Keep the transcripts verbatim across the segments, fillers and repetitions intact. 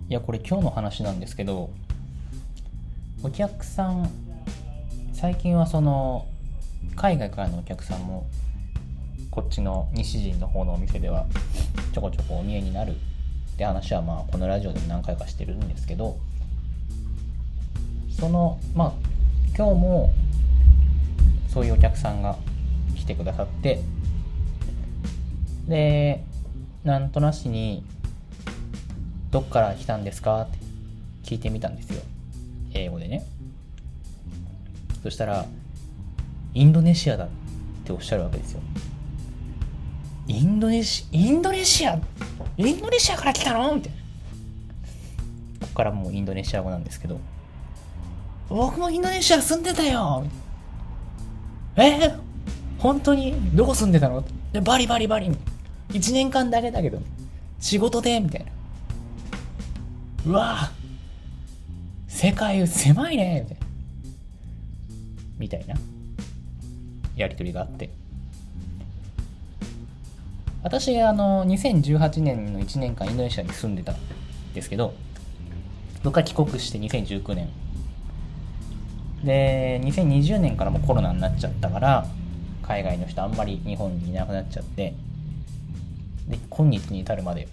いやこれ今日の話なんですけど、お客さん最近はその海外からのお客さんもこっちの西陣の方のお店ではちょこちょこお見えになるって話はまあこのラジオでも何回かしてるんですけど、そのまあ今日もそういうお客さんが来てくださって、でなんとなしにどっから来たんですかって聞いてみたんですよ、英語でね。そしたらインドネシアだっておっしゃるわけですよ。インドネシインドネシアインドネシアから来たのみたいな。ここからもうインドネシア語なんですけど、僕もインドネシア住んでたよ。えー、本当にどこ住んでたの？でバリバリバリいちねんかんだけだけど仕事でみたいな。うわ世界狭いねみたいなみたいなやり取りがあって、私があのにせんじゅうはちねんのいちねんかんインドネシアに住んでたんですけど、僕は帰国してにせんじゅうきゅうねんでにせんにじゅうねんからもコロナになっちゃったから海外の人あんまり日本にいなくなっちゃって、で今日に至るまで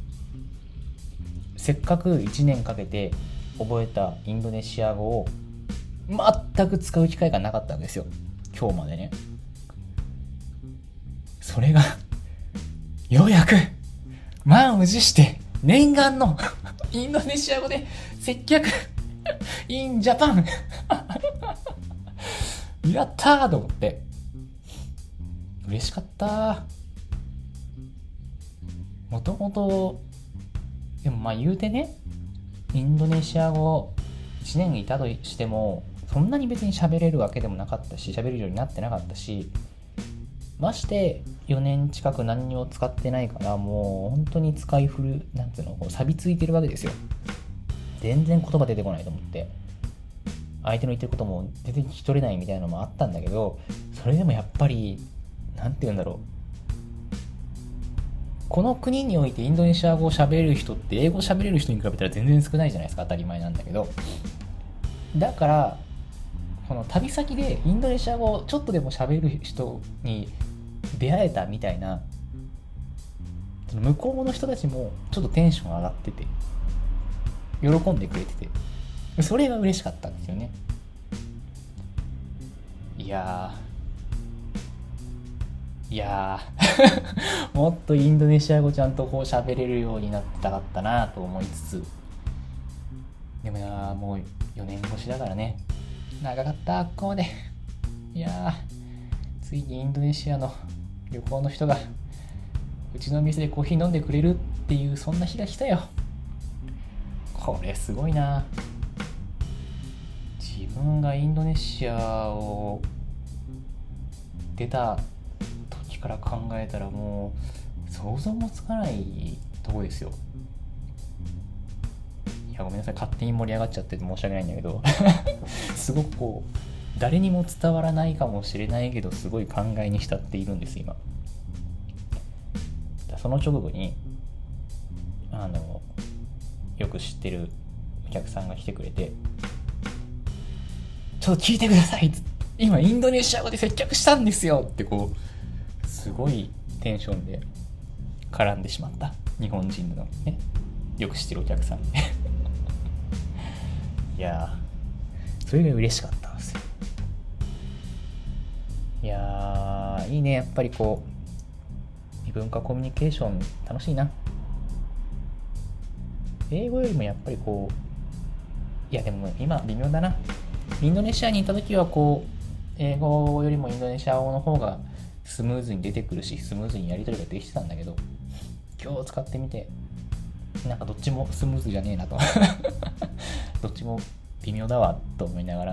せっかくいちねんかけて覚えたインドネシア語を全く使う機会がなかったんですよ、今日までね。それがようやく満を持して念願のインドネシア語で接客インジャパンやったーと思って嬉しかった。もともとでもまあ言うてね、インドネシア語いちねんいたとしてもそんなに別に喋れるわけでもなかったし、喋れるようになってなかったし、ましてよねん近く何にも使ってないから、もう本当に使い古るなんていうのこう錆びついてるわけですよ。全然言葉出てこないと思って、相手の言ってることも全然聞き取れないみたいなのもあったんだけど、それでもやっぱりなんていうんだろう、この国においてインドネシア語を喋れる人って英語を喋れる人に比べたら全然少ないじゃないですか、当たり前なんだけど。だからこの旅先でインドネシア語をちょっとでも喋る人に出会えたみたいな、その向こうの人たちもちょっとテンション上がってて喜んでくれてて、それが嬉しかったんですよね。いやーいやーもっとインドネシア語ちゃんとこう喋れるようになってたかったなと思いつつ、でもなもうよねん越しだからね、長かったここまで。いやーついにインドネシアの旅行の人がうちの店でコーヒー飲んでくれるっていうそんな日が来たよ。これすごいな。自分がインドネシアを出た時から考えたらもう想像もつかないとこですよ。いやごめんなさい、勝手に盛り上がっちゃってて申し訳ないんだけどすごくこう誰にも伝わらないかもしれないけどすごい考えに浸っているんです今。その直後にあのよく知ってるお客さんが来てくれて、ちょっと聞いてください、今インドネシア語で接客したんですよってこうすごいテンションで絡んでしまった日本人のねよく知ってるお客さんいやーそれが嬉しかったんですよ。いやーいいね、やっぱりこう異文化コミュニケーション楽しいな。英語よりもやっぱりこう、いやでも今微妙だな。インドネシアにいた時はこう英語よりもインドネシア語の方がスムーズに出てくるし、スムーズにやり取りができてたんだけど、今日使ってみてなんかどっちもスムーズじゃねえなとどっちも微妙だわと思いながら、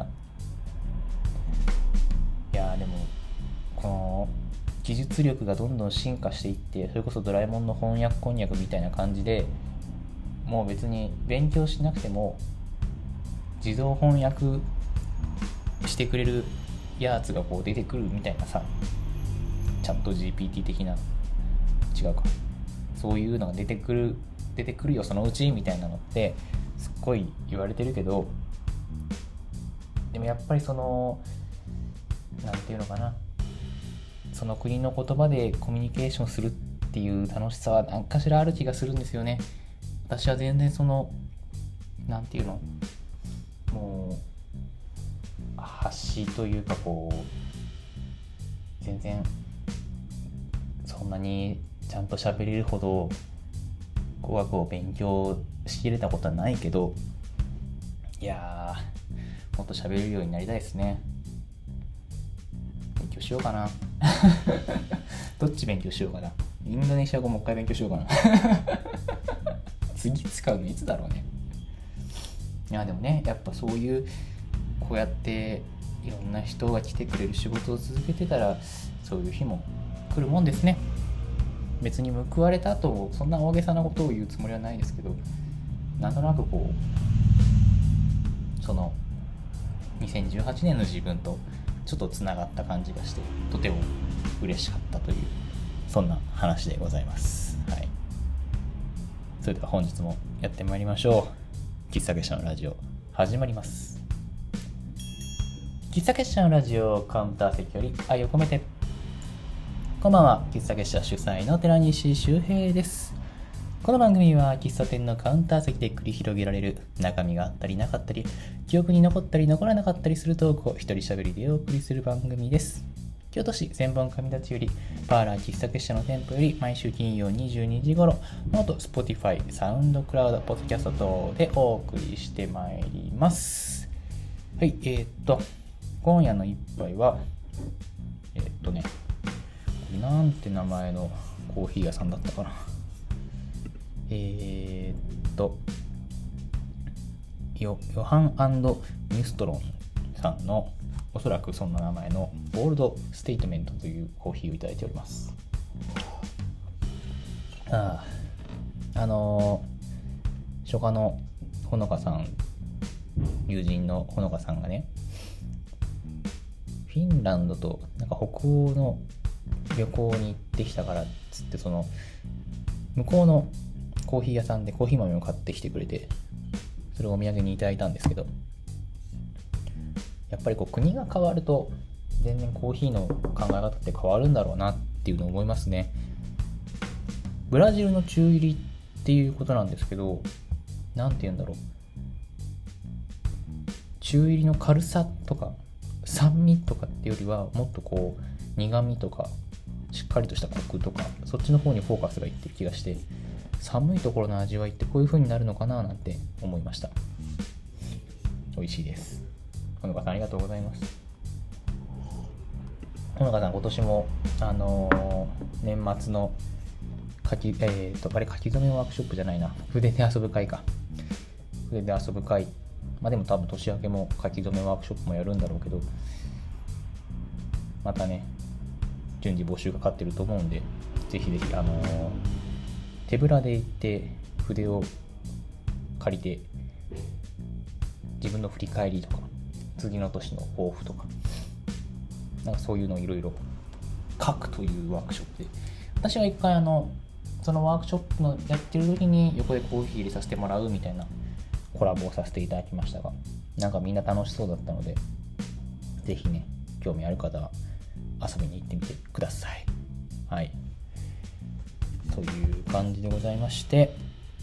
いやでもこの技術力がどんどん進化していって、それこそドラえもんの翻訳こんにゃくみたいな感じで、もう別に勉強しなくても自動翻訳してくれるやつがこう出てくるみたいなさ、チャット ジーピーティー 的な、違うか、そういうのが出てくる出てくるよそのうちみたいなのってすっごい言われてるけど、でもやっぱりそのなんていうのかな、その国の言葉でコミュニケーションするっていう楽しさは何かしらある気がするんですよね。私は全然そのなんていうの、もう発信というかこう全然そんなにちゃんと喋れるほど語学を勉強しきれたことはないけど、いやーもっと喋れるようになりたいですね。勉強しようかなどっち勉強しようかな。インドネシア語もう一回勉強しようかな次使うのいつだろうね。いやでもね、やっぱそういうこうやっていろんな人が来てくれる仕事を続けてたらそういう日も来るもんですね。別に報われた後そんな大げさなことを言うつもりはないですけど、なんとなくこうそのにせんじゅうはちねんの自分とちょっとつながった感じがしてとても嬉しかったというそんな話でございます。はい。それでは本日もやってまいりましょう。喫茶結社のラジオ始まります。喫茶結社のラジオカウンター席より愛を込めて。こんばんは、喫茶結社主催の寺西周平です。この番組は喫茶店のカウンター席で繰り広げられる中身があったりなかったり記憶に残ったり残らなかったりするトークを一人喋りでお送りする番組です。京都市千本神立よりパーラー喫茶結社の店舗より毎週金曜にじゅうにじ頃ノート、Spotify、サウンドクラウド、ポッドキャスト等でお送りしてまいります。はい、えー、っと今夜の一杯はえー、っとねなんて名前のコーヒー屋さんだったかな。えー、っとヨハン&ミストロンさんのおそらくそんな名前のボールドステートメントというコーヒーをいただいております。ああ、あのー、初夏のほのかさん、友人のほのかさんがね、フィンランドとなんか北欧の旅行に行ってきたからっつってその向こうのコーヒー屋さんでコーヒー豆を買ってきてくれて、それをお土産にいただいたんですけど、やっぱりこう国が変わると全然コーヒーの考え方って変わるんだろうなっていうのを思いますね。ブラジルの中入りっていうことなんですけど、なんて言うんだろう、中入りの軽さとか酸味とかっていうよりはもっとこう苦味とかしっかりとしたコクとかそっちの方にフォーカスがいってる気がして、寒いところの味わいってこういう風になるのかななんて思いました。美味しいです。ほのかさんありがとうございます。ほのかさん今年もあのー、年末の書きえーとあれ書き初めワークショップじゃないな筆で遊ぶ会か筆で遊ぶ会、まあでも多分年明けも書き初めワークショップもやるんだろうけど、またね順次募集がかかってると思うんで、ぜひぜひあのー、手ぶらで行って筆を借りて自分の振り返りとか次の年の抱負とかなんかそういうのをいろいろ書くというワークショップで、私は一回あのそのワークショップのやってる時に横でコーヒー入れさせてもらうみたいなコラボをさせていただきましたが、なんかみんな楽しそうだったので、ぜひね興味ある方は遊びに行ってみてください。はい、という感じでございまして、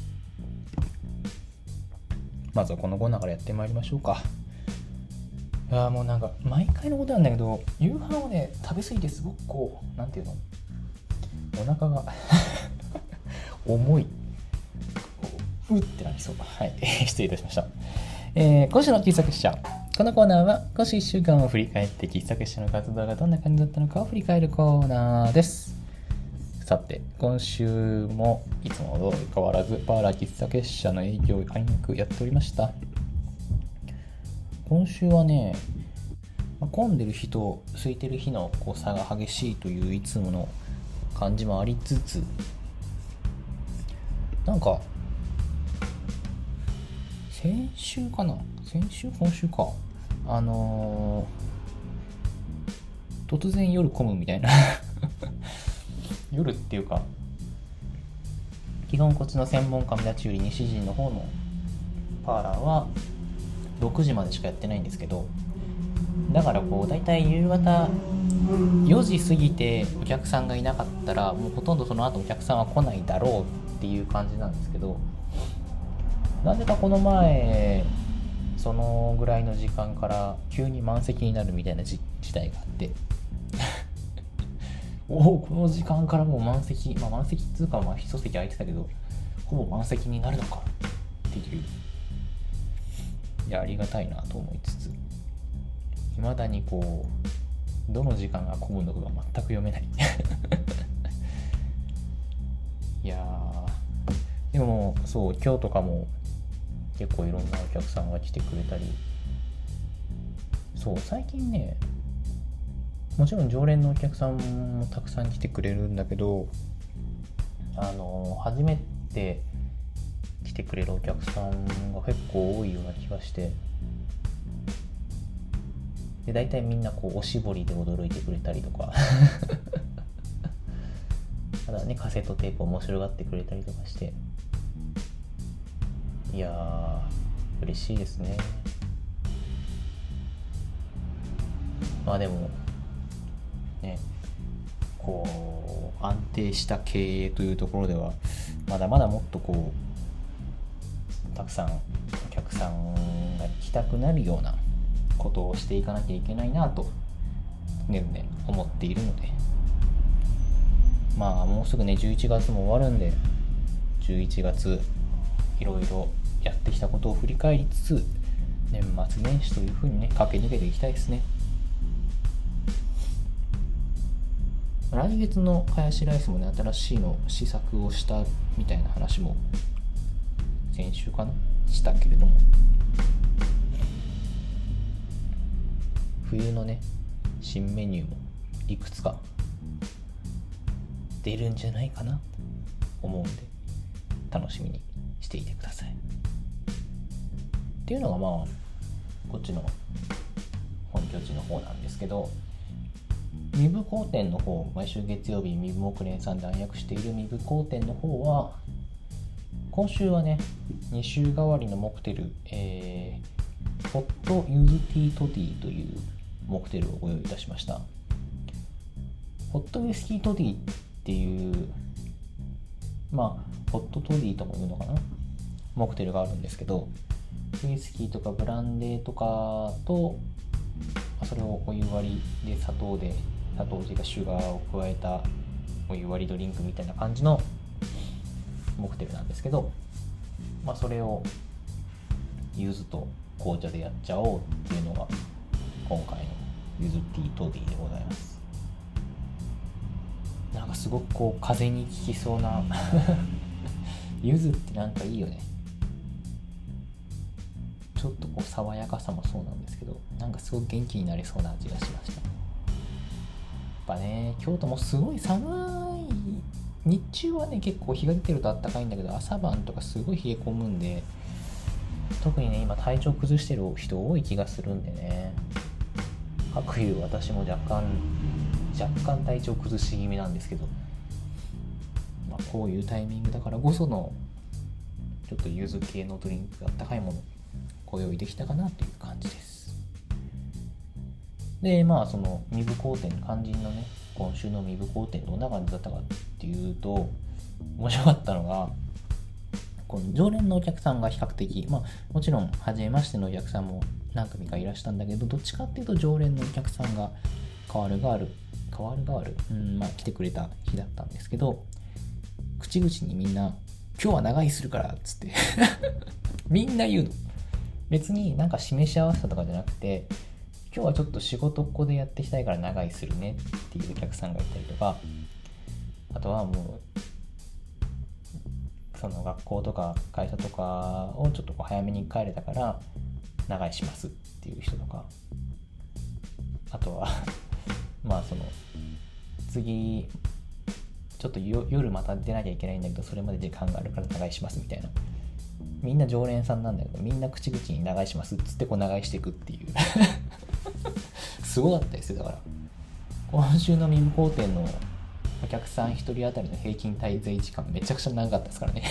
まずはこのコーナーからやってまいりましょうか。いやもうなんか毎回のことなんだけど、夕飯をね食べ過ぎてすごくこうなんていうのお腹が重いうってなりそう。はい失礼いたしました。えー、今週の喫茶結社、このコーナーは今週いっしゅうかんを振り返って喫茶結社の活動がどんな感じだったのかを振り返るコーナーです。さて今週もいつもと変わらずパーラー喫茶結社の営業をあいにくやっておりました。今週はね、混んでる日と空いてる日のこう差が激しいといういつもの感じもありつつ、なんか先週かな先週今週かあのー、突然夜混むみたいな夜っていうか基本こっちの千本神立ち売り西陣の方のパーラーはろくじまでしかやってないんですけど、だからこうだいたい夕方よじ過ぎてお客さんがいなかったらもうほとんどその後お客さんは来ないだろうっていう感じなんですけど、なぜかこの前そのぐらいの時間から急に満席になるみたいな事態があっておおこの時間からもう満席、まあ満席っつうかまあ一席空いてたけどほぼ満席になるのかっていう、いやありがたいなと思いつつ、未だにこうどの時間が混むのかが全く読めないいやーでもそう今日とかも結構いろんなお客さんが来てくれたり、そう最近ねもちろん常連のお客さんもたくさん来てくれるんだけど、あの初めて来てくれるお客さんが結構多いような気がして、で大体みんなこうおしぼりで驚いてくれたりとかただねカセットテープ面白がってくれたりとかして、いやー嬉しいですね。まあでもねこう安定した経営というところではまだまだもっとこうたくさんお客さんが来たくなるようなことをしていかなきゃいけないなとねね思っているので、まあもうすぐねじゅういちがつも終わるんで、じゅういちがついろいろやってきたことを振り返りつつ年末年始というふうにね駆け抜けていきたいですね。来月のハヤシライスもね新しいの試作をしたみたいな話も先週かなしたけれども、冬のね新メニューもいくつか出るんじゃないかなと思うんで楽しみにしていてくださいっていうのがまあこっちの本拠地の方なんですけど、身部工店の方、毎週月曜日身部木蓮さんで暗躍している身部工店の方は今週はねに週替わりのモクテル、えー、ホットユズティートティーというモクテルをご用意いたしました。ホットウイスキートディっていうまあホットトディとも言うのかなモクテルがあるんですけど、ウイスキーとかブランデーとかとそれをお湯割りで砂糖で砂糖というかシュガーを加えたお湯割りドリンクみたいな感じのモクテルなんですけど、まあそれを柚子と紅茶でやっちゃおうっていうのが今回のユズティートディでございます。なんかすごくこう風邪に効きそうな柚子ってなんかいいよね。ちょっとこう爽やかさもそうなんですけど、なんかすごく元気になりそうな味がしました。やっぱね京都もすごい寒い、日中はね結構日が出てると暖かいんだけど朝晩とかすごい冷え込むんで、特にね今体調崩してる人多い気がするんでね、かくいう私も若干若干体調崩し気味なんですけど、まあ、こういうタイミングだからこそのちょっと柚子系のドリンク、あったかいものご用意できたかなという感じです。でまあその身部工店肝心のね今週の身部工店どんな感じだったかっていうと、面白かったのがこの常連のお客さんが比較的、まあもちろん初めましてのお客さんも何組かいらしたんだけど、どっちかっていうと常連のお客さんが変わる変わる変わる変わるうんまあ来てくれた日だったんですけど、口々にみんな今日は長居するからっつってみんな言うの。別になんか示し合わせたとかじゃなくて、今日はちょっと仕事ここでやっていきたいから長居するねっていうお客さんがいたりとか、あとはもうその学校とか会社とかをちょっとこう早めに帰れたから長居しますっていう人とか、あとはまあその次ちょっと夜また出なきゃいけないんだけどそれまで時間があるから長居しますみたいな、みんな常連さんなんだけどみんな口々に長居しますっつってこう長居していくっていうすごかったですよ。だから今週の身部工店のお客さんひとり当たりの平均滞在時間めちゃくちゃ長かったですからね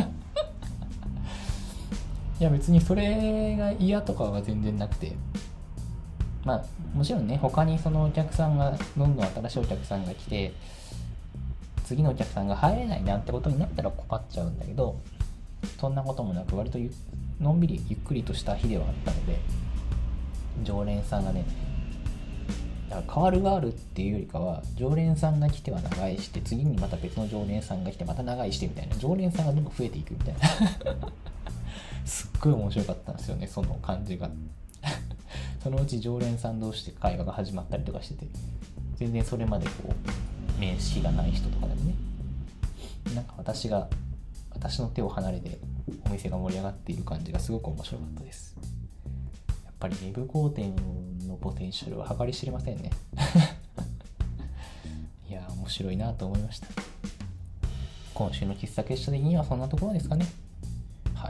いや別にそれが嫌とかは全然なくて、まあもちろんね、他にそのお客さんがどんどん新しいお客さんが来て次のお客さんが入れないなってことになったら困っちゃうんだけど、そんなこともなく割とゆのんびりゆっくりとした日ではあったので、常連さんがね、だから変わるがあるっていうよりかは、常連さんが来ては長居して、次にまた別の常連さんが来てまた長居してみたいな、常連さんがどんどん増えていくみたいなすっごい面白かったんですよね、その感じがそのうち常連さん同士で会話が始まったりとかしてて、全然それまでこう面識がない人とかでもね、なんか私が私の手を離れてお店が盛り上がっている感じがすごく面白かったです。やっぱりウェブコーテンのポテンシャルは計り知れませんねいや面白いなと思いました。今週の喫茶結社的にはそんなところですかね。はい。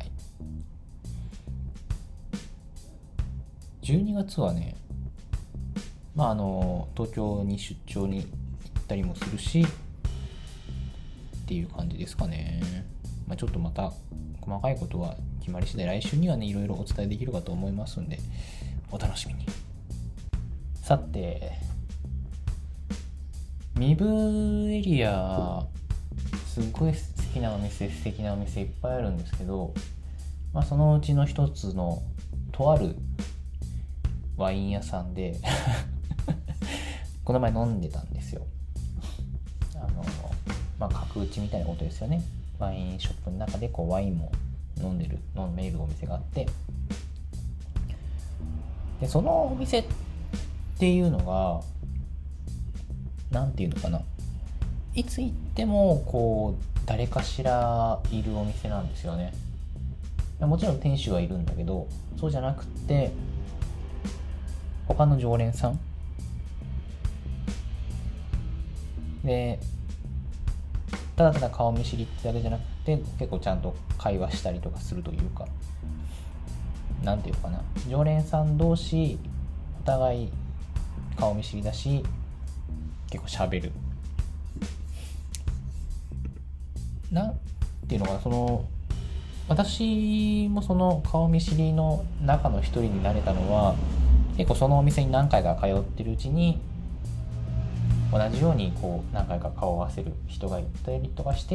じゅうにがつはね、まああの東京に出張に行ったりもするしっていう感じですかね。まあ、ちょっとまた細かいことは決まり次第来週にはねいろいろお伝えできるかと思いますんでお楽しみに。さて、ミブエリアすっごい素敵なお店素敵なお店いっぱいあるんですけど、まあ、そのうちの一つのとあるワイン屋さんでこの前飲んでたんですよ。あのまあ角打ちみたいなことですよね。ワインショップの中でこうワインも飲んでる飲めるお店があって、でそのお店っていうのがなんていうのかな、いつ行ってもこう誰かしらいるお店なんですよね。もちろん店主はいるんだけど、そうじゃなくって他の常連さんで、ただただ顔見知りってだけじゃなくて結構ちゃんと会話したりとかするというか、なんていうかな、常連さん同士お互い顔見知りだし結構喋る、なんていうのかな、その私もその顔見知りの中の一人になれたのは結構そのお店に何回か通ってるうちに同じようにこう何回か顔を合わせる人がいたりとかして、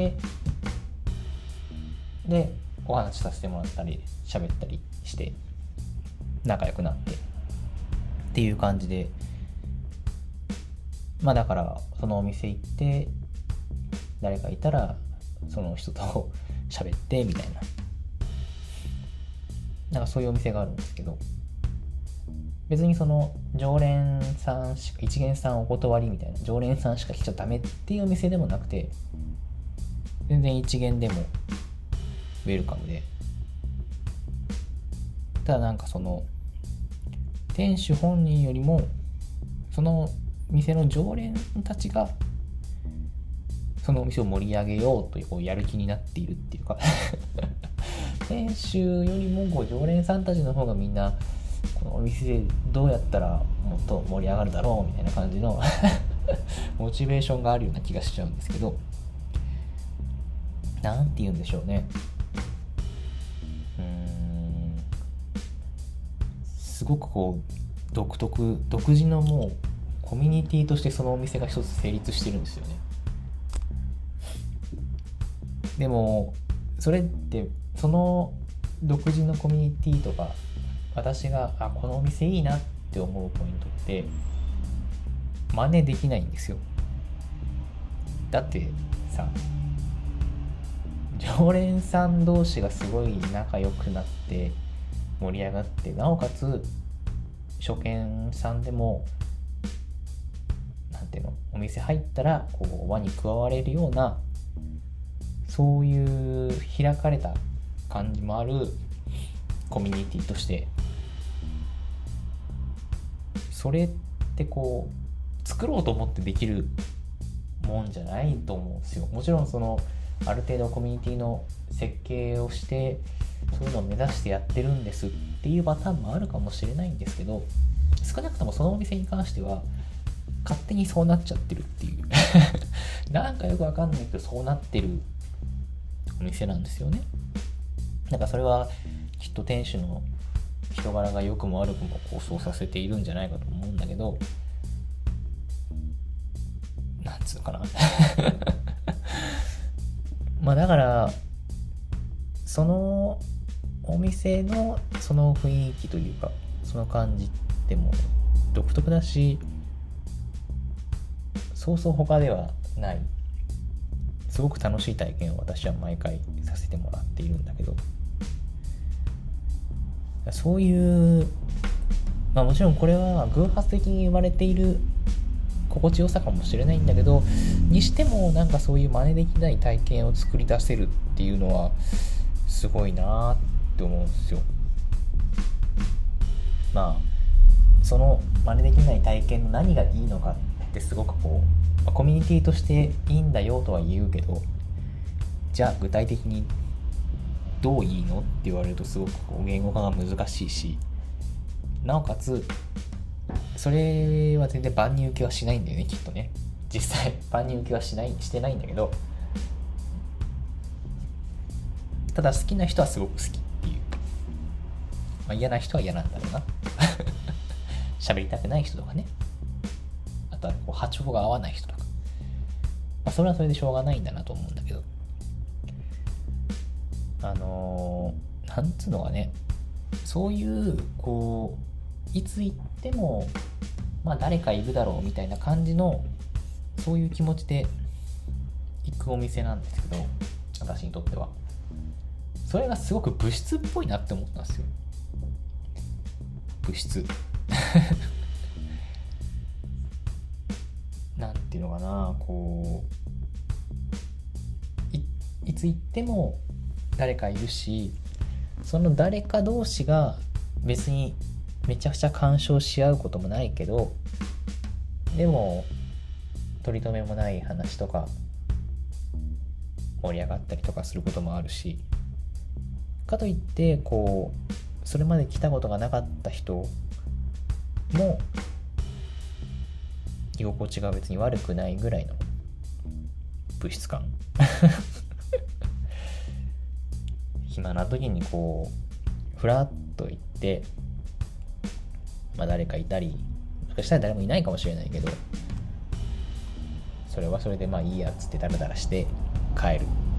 でお話しさせてもらったり喋ったりして仲良くなってっていう感じで、まあだからそのお店行って誰かいたらその人と喋ってみたいな、なんかそういうお店があるんですけど、別にその常連さんしか一元さんお断りみたいな、常連さんしか来ちゃダメっていうお店でもなくて、全然一元でもウェルカムで、ただなんかその店主本人よりもその店の常連たちがそのお店を盛り上げようというこうやる気になっているっていうか店主よりもこう常連さんたちの方がみんなこのお店でどうやったらもっと盛り上がるだろうみたいな感じのモチベーションがあるような気がしちゃうんですけど、なんて言うんでしょうね、うーんすごくこう独特独自のもうコミュニティとしてそのお店が一つ成立してるんですよね。でもそれってその独自のコミュニティとか私があこのお店いいなって思うポイントって真似できないんですよ。だってさ、常連さん同士がすごい仲良くなって盛り上がって、なおかつ初見さんでもなんていうの、お店入ったらこう輪に加われるような、そういう開かれた感じもあるコミュニティとして、それってこう作ろうと思ってできるもんじゃないと思うんですよ。もちろんそのある程度コミュニティの設計をしてそういうのを目指してやってるんですっていうパターンもあるかもしれないんですけど、少なくともそのお店に関しては勝手にそうなっちゃってるっていうなんかよくわかんないけどそうなってるお店なんですよね。なんかそれはきっと店主の人柄が良くも悪くもこうそうさせているんじゃないかと思うんだけど、なんつうのかなまあだからそのお店のその雰囲気というかその感じっても独特だし、そうそう他ではないすごく楽しい体験を私は毎回させてもらっているんだけど、そういうまあもちろんこれは偶発的に生まれている心地よさかもしれないんだけど、にしてもなんかそういう真似できない体験を作り出せるっていうのはすごいなって思うんですよ。まあその真似できない体験の何がいいのかってすごくこう、まあ、コミュニティとしていいんだよとは言うけど、じゃあ具体的にどういいのって言われるとすごくこう言語化が難しいし、なおかつそれは全然万人受けはしないんだよね、きっとね。実際万人受けはしないしてないんだけど、ただ好きな人はすごく好きっていう、まあ、嫌な人は嫌なんだろうな喋りたくない人とかね、あとはこう波長が合わない人とか、まあ、それはそれでしょうがないんだなと思うんだけど、あのー、なんつうのかね、そういうこういつ行ってもまあ誰かいるだろうみたいな感じのそういう気持ちで行くお店なんですけど、私にとってはそれがすごく物質っぽいなって思ったんですよ。物質なんていうのかな、こう い, いつ行っても誰かいるし、その誰か同士が別にめちゃくちゃ干渉し合うこともないけど、でも取り留めもない話とか盛り上がったりとかすることもあるし、かといってこうそれまで来たことがなかった人も居心地が別に悪くないぐらいの物質感暇な時にこうふらっと行って、まあ誰かいたり、もしかしたら誰もいないかもしれないけど、それはそれでまあいいやっつってダラダラして帰る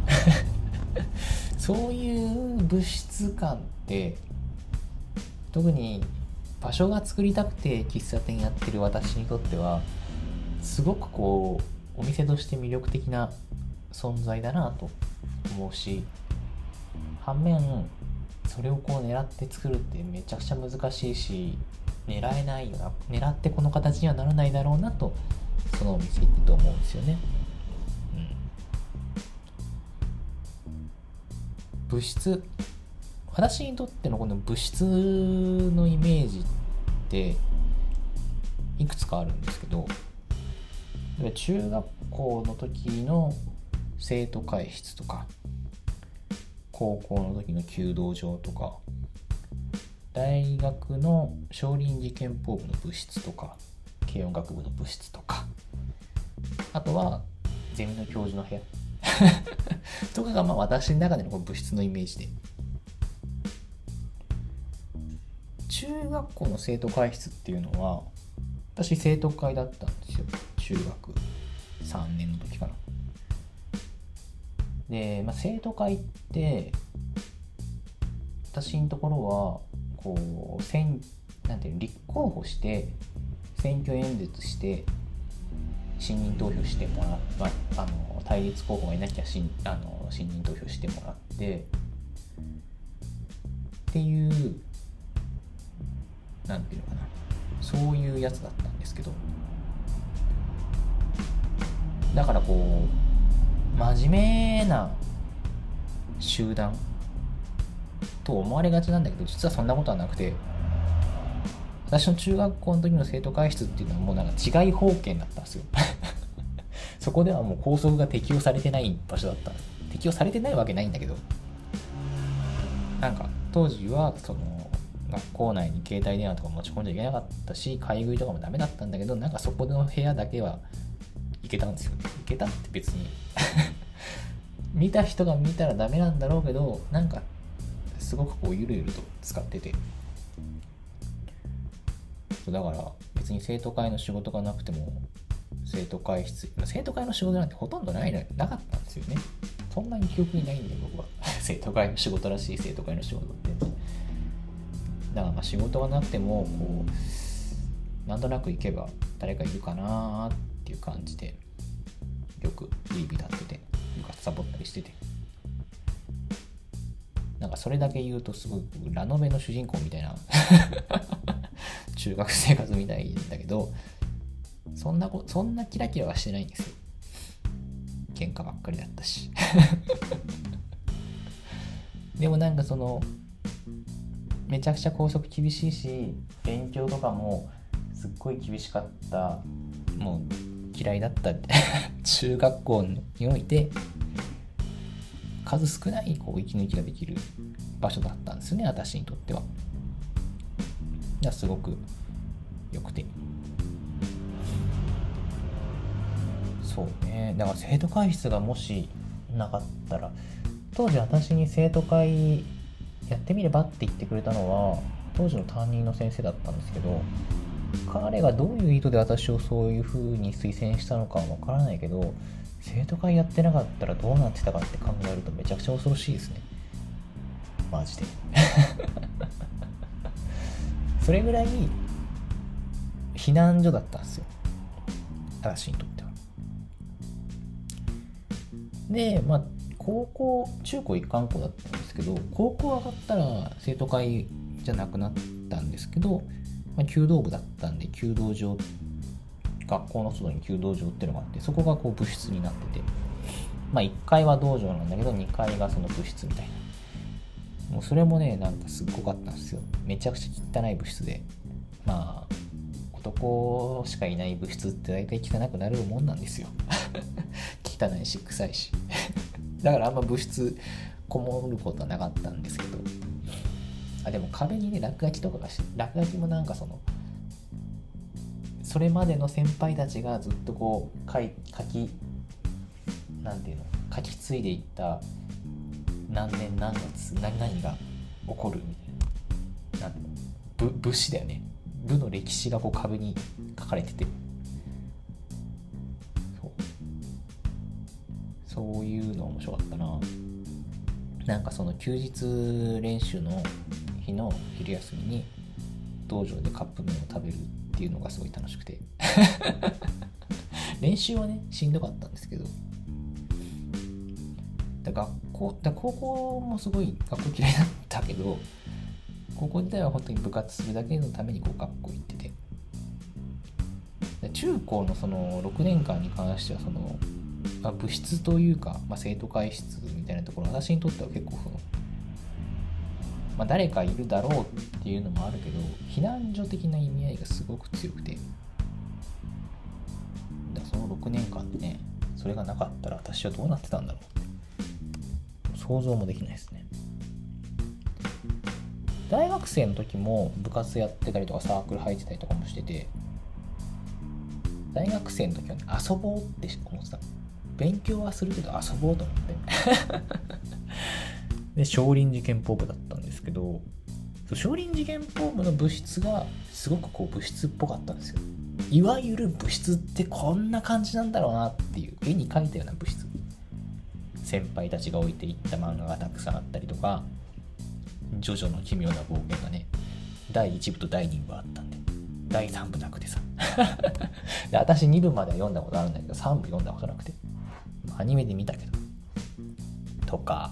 そういう物質感って特に場所が作りたくて喫茶店やってる私にとってはすごくこうお店として魅力的な存在だなと思うし、反面それをこう狙って作るってめちゃくちゃ難しいし、狙えないよな、狙ってこの形にはならないだろうなとそのお店行ってと思うんですよね。うん、物質、私にとってのこの物質のイメージっていくつかあるんですけど、中学校の時の生徒会室とか、高校の時の弓道場とか、大学の少林寺拳法部の部室とか、軽音楽部の部室とか、あとはゼミの教授の部屋とかがまあ私の中でのこの部室のイメージで、中学校の生徒会室っていうのは私生徒会だったんですよ、中学さんねんの時かな。で、まあ、生徒会って私のところはこう選なんていうの立候補して選挙演説して信任投票してもらっ、まあ、あの対立候補がいなきゃ信あの信任投票してもらってっていうなんていうのかな、そういうやつだったんですけど、だからこう真面目な集団と思われがちなんだけど、実はそんなことはなくて、私の中学校の時の生徒会室っていうのはもうなんか治外法権だったんですよそこではもう校則が適用されてない場所だった。適用されてないわけないんだけど、なんか当時はその学校内に携帯電話とか持ち込んじゃいけなかったし、買い食いとかもダメだったんだけど、なんかそこの部屋だけは行けたんですよ。行けたって別に見た人が見たらダメなんだろうけど、なんかすごくこうゆるゆると使ってて、だから別に生徒会の仕事がなくても生徒会室、生徒会の仕事なんてほとんどないのなかったんですよね。そんなに記憶にないんで僕は生徒会の仕事らしい生徒会の仕事って。だからまあ仕事がなくてもこうなんとなく行けば誰かいるかなっていう感じで、よくビリビリ立ってて部活サボったりしてて、なんかそれだけ言うとすごいラノベの主人公みたいな中学生活みたいだけど、そんなこそんなキラキラはしてないんですよ。喧嘩ばっかりだったしでもなんかそのめちゃくちゃ校則厳しいし、勉強とかもすっごい厳しかった、もう嫌いだった中学校において数少ないこう息抜きができる場所だったんですよね、私にとっては。だからすごく良くて、そうね、だから生徒会室がもしなかったら、当時私に生徒会やってみればって言ってくれたのは当時の担任の先生だったんですけど、彼がどういう意図で私をそういう風に推薦したのかはわからないけど、生徒会やってなかったらどうなってたかって考えるとめちゃくちゃ恐ろしいですね、マジでそれぐらい避難所だったんですよ、私にとっては。で、まあ高校、中高一貫校だったんですけど、高校上がったら生徒会じゃなくなったんですけど、まあ、弓道部だったんで弓道場、学校の外に弓道場っていうのがあって、そこがこう部室になってて、まあいっかいは道場なんだけどにかいがその部室みたいな。もうそれもね、なんかすっごかったんですよ。めちゃくちゃ汚い部室で、まあ男しかいない部室って大体汚くなるもんなんですよ汚いし臭いしだからあんま部室こもることはなかったんですけど、あでも壁にね落書きとかがして、落書きもなんかそのそれまでの先輩たちがずっとこう書い書きなんていうの書き継いでいった何年何月何々が起こるみたいな、なんていうの部部史だよね、部の歴史がこう壁に書かれてて、そうそういうの面白かったな。なんかその休日練習の日の昼休みに道場でカップ麺を食べるっていうのがすごい楽しくて練習はねしんどかったんですけど、だ学校だ高校もすごい学校嫌いだったけど、高校時代は本当に部活するだけのためにこう学校行ってて、中高のそのろくねんかんに関してはその、まあ、部室というか、まあ、生徒会室みたいなところ、私にとっては結構その、まあ、誰かいるだろうっていうのもあるけど、避難所的な意味合いがすごく強くて、だそのろくねんかんでね、それがなかったら私はどうなってたんだろうって想像もできないですね。大学生の時も部活やってたりとかサークル入ってたりとかもしてて、大学生の時はね遊ぼうって思ってた。勉強はするけど遊ぼうと思ってで少林寺拳法部だったんですけど、少林寺拳法部の部室がすごくこう部室っぽかったんですよ。いわゆる部室ってこんな感じなんだろうなっていう絵に描いたような部室、先輩たちが置いていった漫画がたくさんあったりとか、ジョジョの奇妙な冒険がねだいいち部とだいに部あったんで、だいさん部なくてさで私に部までは読んだことあるんだけどさん部読んだことなくて、アニメで見たけどとか、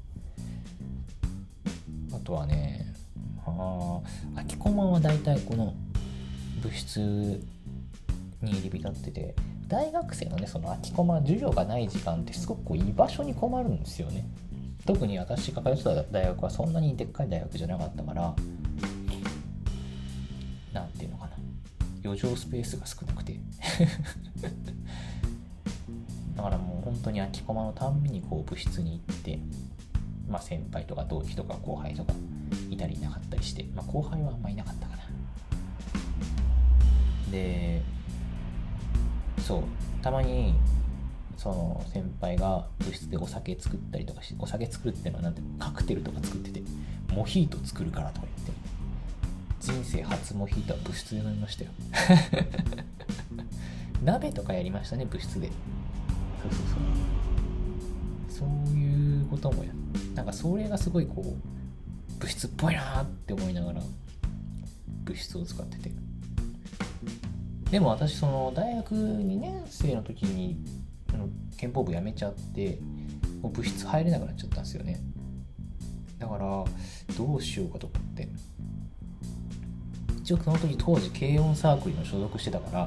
あとはね、あ空きコマはだいたいこの部室に入り浸ってて、大学生のねその空きコマ授業がない時間ってすごくこう居場所に困るんですよね。特に私が通ってた大学はそんなにでっかい大学じゃなかったから、なんていうのかな、余剰スペースが少なくてだからもう本当に空きコマのたんびにこう部室に行ってまあ、先輩とか同期とか後輩とかいたりいなかったりして、まあ、後輩はあんまいなかったかな。でそうたまにその先輩が部室でお酒作ったりとかし、お酒作るっていうのはなんてカクテルとか作ってて、モヒート作るからとか言って、人生初モヒートは部室で飲みましたよ鍋とかやりましたね、部室で。そうそうそうそういうこともや、なんかそれがすごいこう部室っぽいなって思いながら部室を使ってて、でも私その大学にねん生の時に憲法部辞めちゃって、もう部室入れなくなっちゃったんですよね。だからどうしようかと思って、一応その時当時軽音サークルに所属してたから、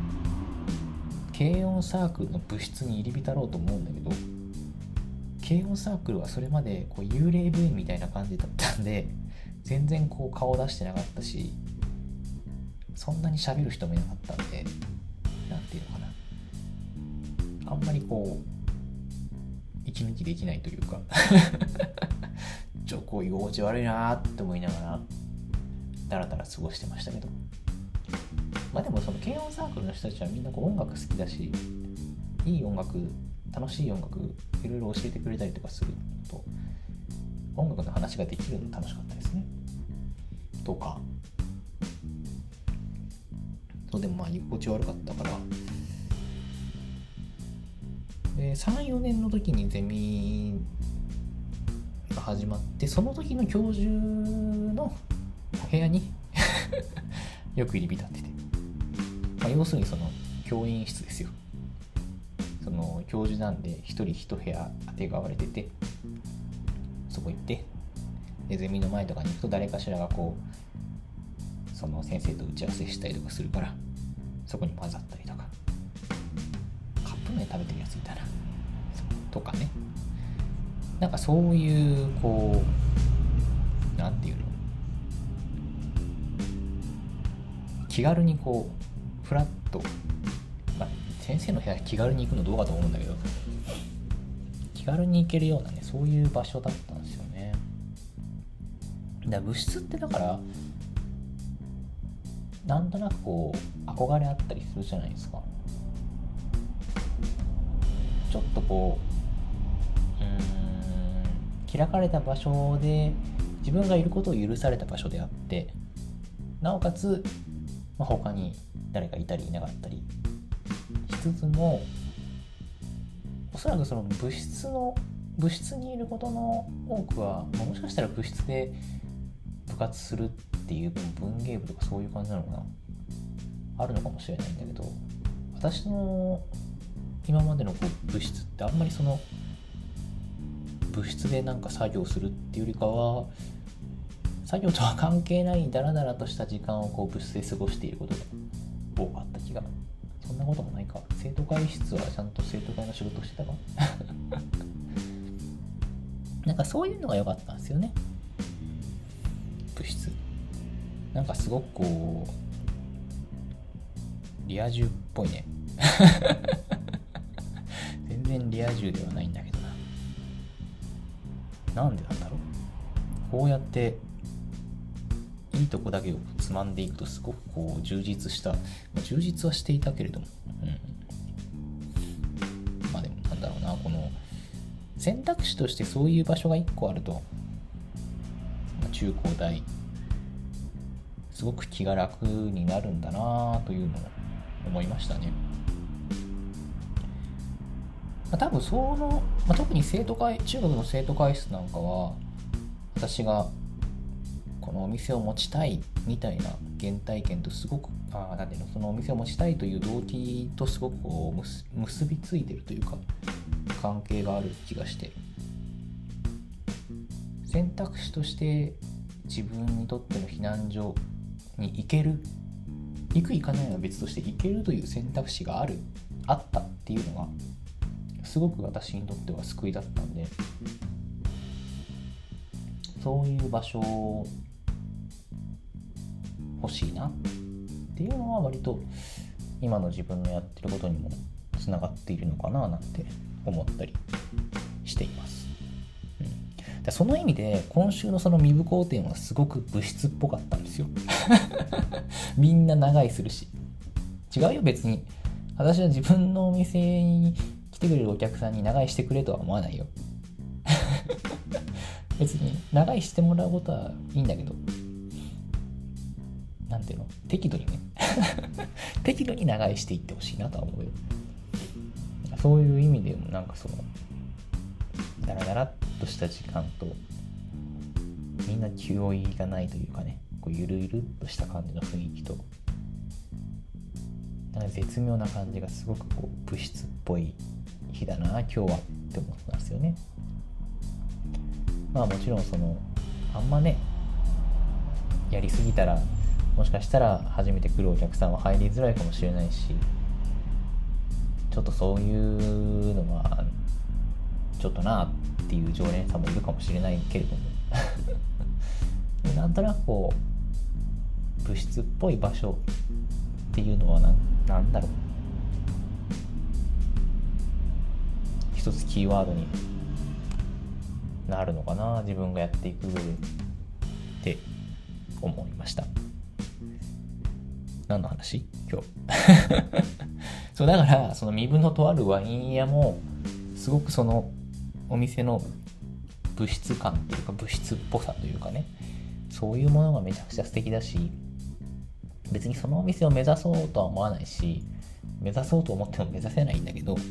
軽音サークルの部室に入り浸ろうと思うんだけど、軽音サークルはそれまでこう幽霊部員みたいな感じだったんで、全然こう顔出してなかったし、そんなに喋る人もいなかったんで、なんていうのかな、あんまりこう息抜きできないというかちょっと居心地悪いなって思いながらだらだら過ごしてましたけど、まあでもその軽音サークルの人たちはみんなこう音楽好きだし、いい音楽、楽しい音楽いろいろ教えてくれたりとかすると、音楽の話ができるの楽しかったですね。とかそう、でもまあ居心地悪かったから、でさん、よねんの時にゼミが始まって、その時の教授の部屋によく入り浸ってて、まあ、要するにその教員室ですよ。その教授なんで一人一部屋当てがわれてて、そこ行ってでゼミの前とかに行くと誰かしらがこうその先生と打ち合わせしたりとかするから、そこに混ざったりとか、カップ麺食べてるやついたなとかね、なんかそういうこうなんていうの、気軽にこうフラッと、まあ、先生の部屋気軽に行くのどうかと思うんだけど、気軽に行けるようなね、そういう場所だったんですよね。だから部室ってだからなんとなくこう憧れあったりするじゃないですか。ちょっとこううーん開かれた場所で自分がいることを許された場所であって、なおかつ、まあ、他に誰かいたりいなかったりしつつも、おそらくその部室の部室にいることの多くは、まあ、もしかしたら部室で部活するっていう文芸部とかそういう感じなのかな、あるのかもしれないんだけど、私の今までのこう部室ってあんまりその部室でなんか作業するっていうよりかは、作業とは関係ないダラダラとした時間をこう部室で過ごしていることが多かった気が。そんなこともないか、生徒会室はちゃんと生徒会の仕事をしてたかなんかそういうのが良かったんですよね、部室。なんかすごくこうリア充っぽいね全然リア充ではないんだけどな。なんでなんだろう。こうやっていいとこだけをつまんでいくとすごくこう充実した、まあ、充実はしていたけれども、うん、まあでもなんだろうな、この選択肢としてそういう場所がいっこあると、まあ、中高大すごく気が楽になるんだなというのを思いましたね。まあ、多分その、まあ、特に生徒会、中学の生徒会室なんかは、私がこのお店を持ちたいみたいな原体験とすごく、あ、なんていうの、そのお店を持ちたいという動機とすごくこう結びついてるというか、関係がある気がして、選択肢として自分にとっての避難所に行ける、行く行かないは別として行けるという選択肢がある、あったっていうのがすごく私にとっては救いだったんで、そういう場所欲しいなっていうのは割と今の自分のやってることにもつながっているのかななんて思ったりしています、うん、 でその意味で今週のその身分好店はすごく物質っぽかったんですよみんな長居するし、違うよ別に、私は自分のお店に来てくれるお客さんに長居してくれとは思わないよ別に長居してもらうことはいいんだけど、なんていうの、適度にね適度に長居していってほしいなとは思うよ。そういう意味でもなんかそのダラダラっとした時間とみんな気負いがないというかね、こうゆるゆるっとした感じの雰囲気となんか絶妙な感じがすごくこう物質っぽい日だな今日はって思ってたんですよね。まあもちろんそのあんまねやりすぎたらもしかしたら初めて来るお客さんは入りづらいかもしれないし、ちょっとそういうのはちょっとなっていう常連さんもいるかもしれないけれどもなんとなくこう物質っぽい場所っていうのはな、なんだろう、一つキーワードになるのかな、自分がやっていく上でって思いました。何の話今日そうだからその身分のとあるワイン屋もすごくそのお店の物質感というか物質っぽさというかね、そういうものがめちゃくちゃ素敵だし、別にそのお店を目指そうとは思わないし、目指そうと思っても目指せないんだけど、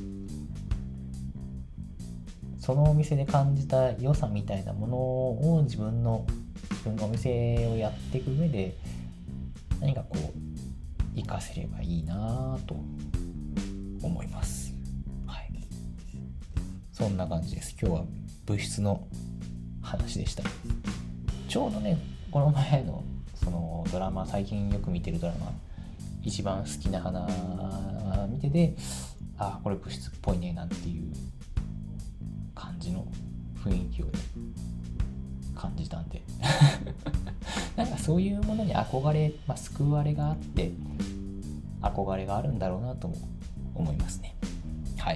そのお店で感じた良さみたいなものを自分の自分のお店をやっていく上で何かこう活かせればいいなと思います。はい、そんな感じです。今日は物質の話でした。ちょうどねこの前のそのドラマ、最近よく見てるドラマ一番好きな花見てて、あこれ物質っぽいねなんていう感じの雰囲気を、ね、感じたんでなんかそういうものに憧れ、まあ、救われがあって憧れがあるんだろうなと思いますね。はい。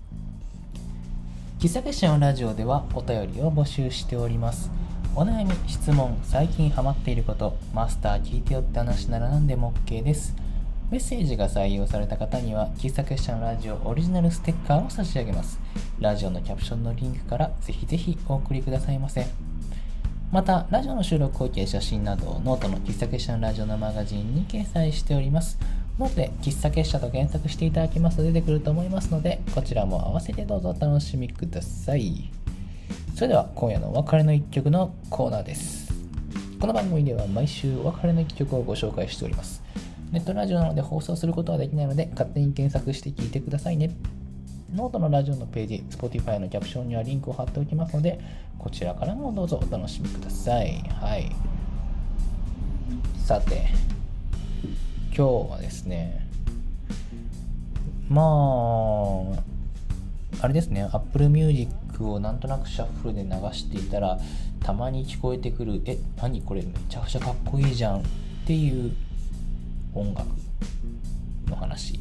喫茶結社のラジオではお便りを募集しております。お悩み、質問、最近ハマっていること、マスター聞いてよって話なら何でも OK です。メッセージが採用された方には喫茶結社のラジオオリジナルステッカーを差し上げます。ラジオのキャプションのリンクからぜひぜひお送りくださいませ。またラジオの収録風景、写真などをノートの喫茶結社のラジオのマガジンに掲載しております。ノートで喫茶結社と検索していただきますと出てくると思いますので、こちらも合わせてどうぞお楽しみください。それでは今夜のお別れの一曲のコーナーです。この番組では毎週お別れの一曲をご紹介しております。ネットラジオなので放送することはできないので勝手に検索して聞いてくださいね。ノートのラジオのページ、Spotify のキャプションにはリンクを貼っておきますので、こちらからもどうぞお楽しみください。はい。さて、今日はですね、まあ、あれですね、Apple Music をなんとなくシャッフルで流していたら、たまに聞こえてくる、え、何これめちゃくちゃかっこいいじゃんっていう音楽の話。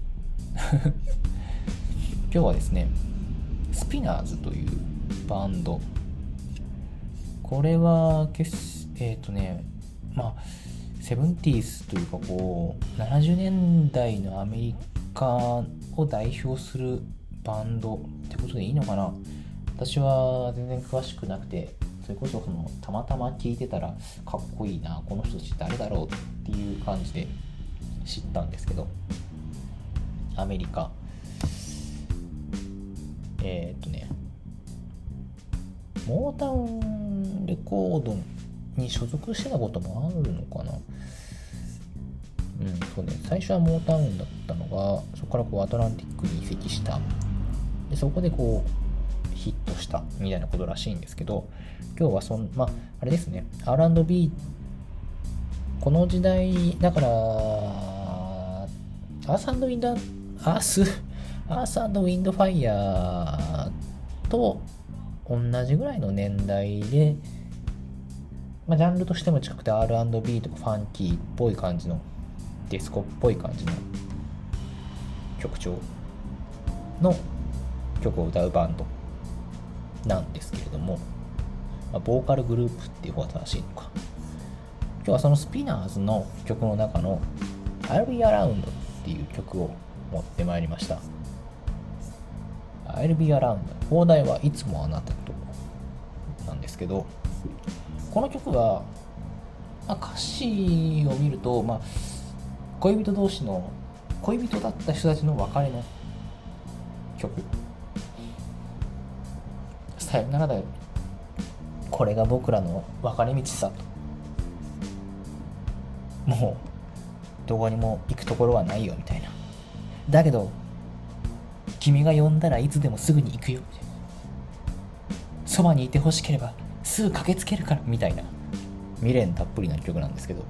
今日はですね、スピナーズというバンド。これは、えっとね、まあ、セブンティーズというかこう、ななじゅうねんだいのアメリカを代表するバンドってことでいいのかな。私は全然詳しくなくて、それこそそのたまたま聞いてたらかっこいいな、この人たち誰だろうっていう感じで知ったんですけど、アメリカ、えー、っとねモータウンレコードに所属してたこともあるのかな。うんそうね、最初はモータウンだったのが、そこからこうアトランティックに移籍した。でそこでこうヒットしたみたいなことらしいんですけど、今日はそんまああれですね、 アールアンドビー この時代だから、アース&ウィンドアースアース&ウィンドファイヤーと同じぐらいの年代で、まあ、ジャンルとしても近くて アールアンドビー とかファンキーっぽい感じのディスコっぽい感じの曲調の曲を歌うバンドなんですけれども、 まあ、ボーカルグループっていう方が正しいのか。今日はそのスピナーズの曲の中の I'll Be Around っていう曲を持ってまいりました。I'll Be Around、 放題はいつもあなたとなんですけど、この曲は、まあ、歌詞を見ると、まあ、恋人同士の恋人だった人たちの別れの曲。さよならだよ、これが僕らの別れ道さと、もうどこにも行くところはないよみたいな、だけど君が呼んだらいつでもすぐに行くよみたいな、そばにいてほしければすぐ駆けつけるからみたいな、未練たっぷりな曲なんですけど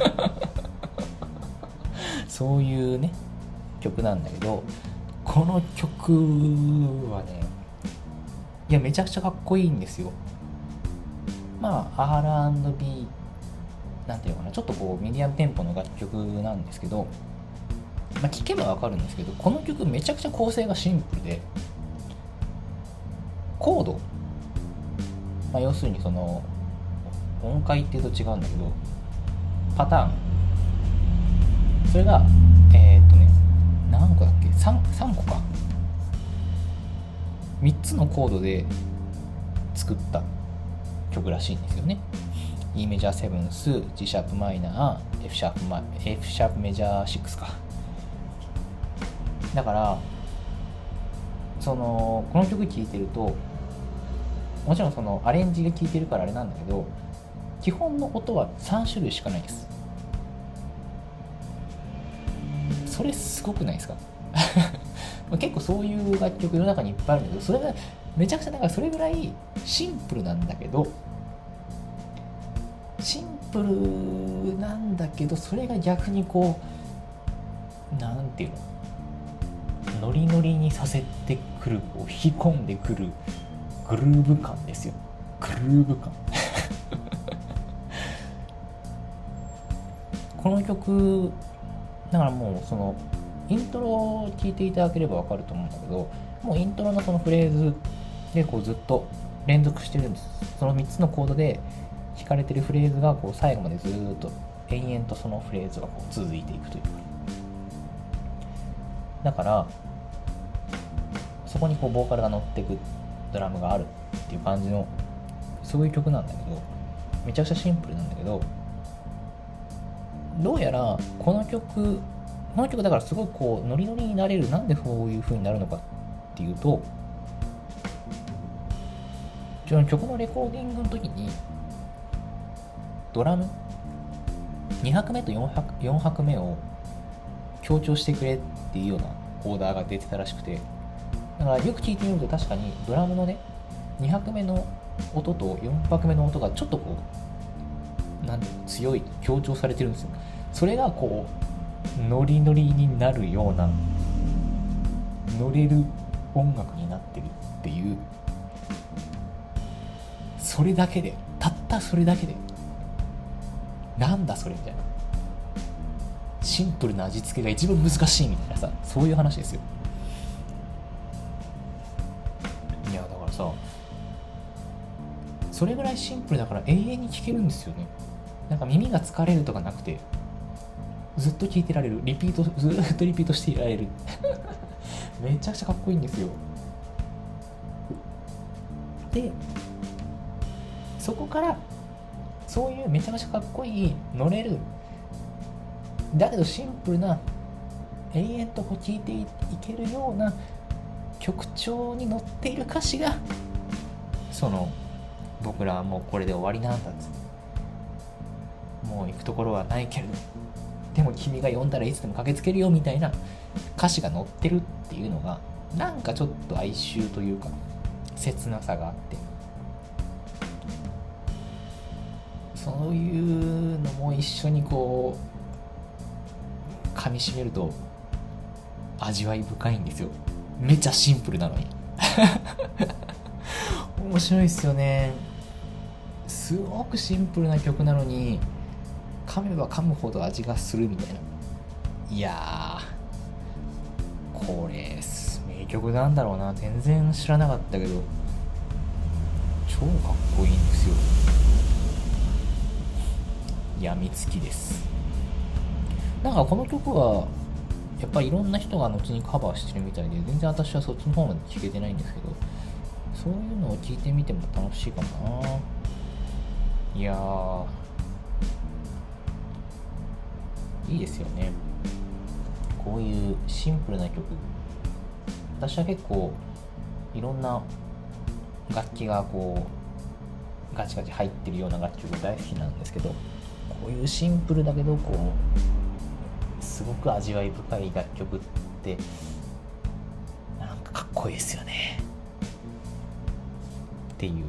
そういうね曲なんだけど、この曲はね、いやめちゃくちゃかっこいいんですよ。まあ アールアンドビー なんていうのかな、ちょっとこうミディアムテンポの楽曲なんですけど、まあ聴けばわかるんですけど、この曲めちゃくちゃ構成がシンプルで、コード、まあ、要するにその音階っていうと違うんだけど、パターン、それがえー、っとね何個だっけ、 3, 3個か、みっつのコードで作った曲らしいんですよね。 E メジャーセブンス、G シャープマイナー、F シャープマイ F シャープメジャーシックスか。だからそのこの曲聴いてると、もちろんそのアレンジが聴いてるからあれなんだけど、基本の音はさん種類しかないです。それすごくないですか結構そういう楽曲世の中にいっぱいあるんだけど、それがめちゃくちゃ、だからそれぐらいシンプルなんだけど、シンプルなんだけど、それが逆にこうなんていうの、ノリノリにさせてくる、こう引き込んでくるグルーヴ感ですよ。グルーヴ感この曲だからもうそのイントロを聴いていただければ分かると思うんだけど、もうイントロのそのフレーズでこうずっと連続してるんです。そのみっつのコードで弾かれてるフレーズがこう最後までずっと延々とそのフレーズがこう続いていくというか、だからそこにこうボーカルが乗っていく、ドラムがあるっていう感じのそういう曲なんだけど、めちゃくちゃシンプルなんだけど、どうやらこの曲この曲だからすごいこうノリノリになれる。なんでそういう風になるのかっていうと、曲のレコーディングの時にドラムに拍目とよん拍、よん拍目を強調してくれっていうようなオーダーが出てたらしくて、だからよく聞いてみると確かにドラムのねに拍目の音とよん拍目の音がちょっとこうなんていうの、強い強調されてるんですよ。それがこうノリノリになるような、乗れる音楽になってるっていう、それだけで、たったそれだけでなんだそれみたいな、シンプルな味付けが一番難しいみたいなさ、そういう話ですよ。いやだからさ、それぐらいシンプルだから永遠に聴けるんですよね。なんか耳が疲れるとかなくて、ずっと聴いてられる、リピート、ずっとリピートしていられるめちゃくちゃかっこいいんですよ。でそこからそういうめちゃくちゃかっこいい、乗れる、だけどシンプルな、永遠とこう聴いていけるような曲調に乗っている歌詞が、その僕らはもうこれで終わりなんだっつって、もう行くところはないけれどでも君が呼んだらいつでも駆けつけるよみたいな歌詞が載ってるっていうのが、なんかちょっと哀愁というか切なさがあって、そういうのも一緒にこう噛み締めると味わい深いんですよ。めちゃシンプルなのに面白いっすよね。すごくシンプルな曲なのに噛めば噛むほど味がするみたいな。いやー、これ名曲なんだろうな。全然知らなかったけど超かっこいいんですよ。やみつきです。なんかこの曲はやっぱりいろんな人が後にカバーしてるみたいで、全然私はそっちの方まで聞けてないんですけど、そういうのを聞いてみても楽しいかもな。いやー、いいですよね、こういうシンプルな曲。私は結構いろんな楽器がこうガチガチ入ってるような楽曲大好きなんですけど、こういうシンプルだけどこうすごく味わい深い楽曲ってなんかかっこいいですよねっていう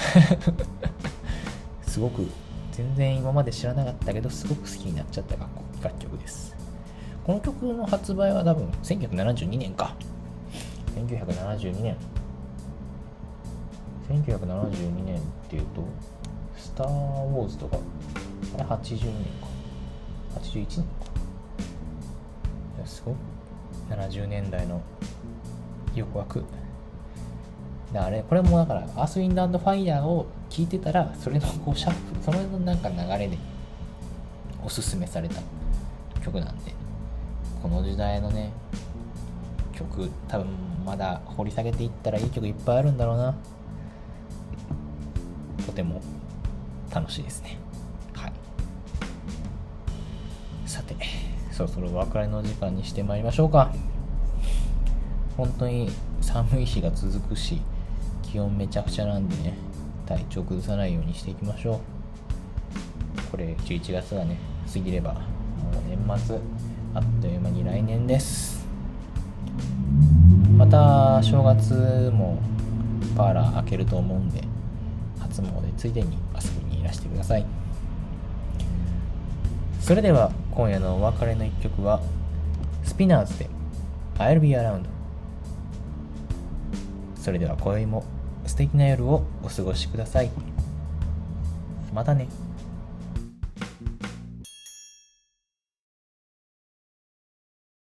すごく全然今まで知らなかったけどすごく好きになっちゃった楽曲です。この曲の発売は多分せんきゅうひゃくななじゅうにねんかせんきゅうひゃくななじゅうにねんせんきゅうひゃくななじゅうにねんっていうとスター・ウォーズとかあれはちじゅうにねんかはちじゅういちねんか、いやすごいななじゅうねんだいの横枠だ。あれこれもだからアース・ウィンド・アンド・ファイヤーを聴いてたらそれのこうシャッフル、それのなんか流れでおすすめされた曲なんで、この時代のね曲多分まだ掘り下げていったらいい曲いっぱいあるんだろうな。とても楽しいですね。はい。さてそろそろお別れの時間にしてまいりましょうか。本当に寒い日が続くし気温めちゃくちゃなんでね、体調崩さないようにしていきましょう。これじゅういちがつがね過ぎればもう年末あっという間に来年です。また正月もパーラー開けると思うんで初詣ついでに遊びにいらしてください。それでは今夜のお別れの一曲はスピナーズで I'll be around。 それでは今宵も素敵な夜をお過ごしください。またね。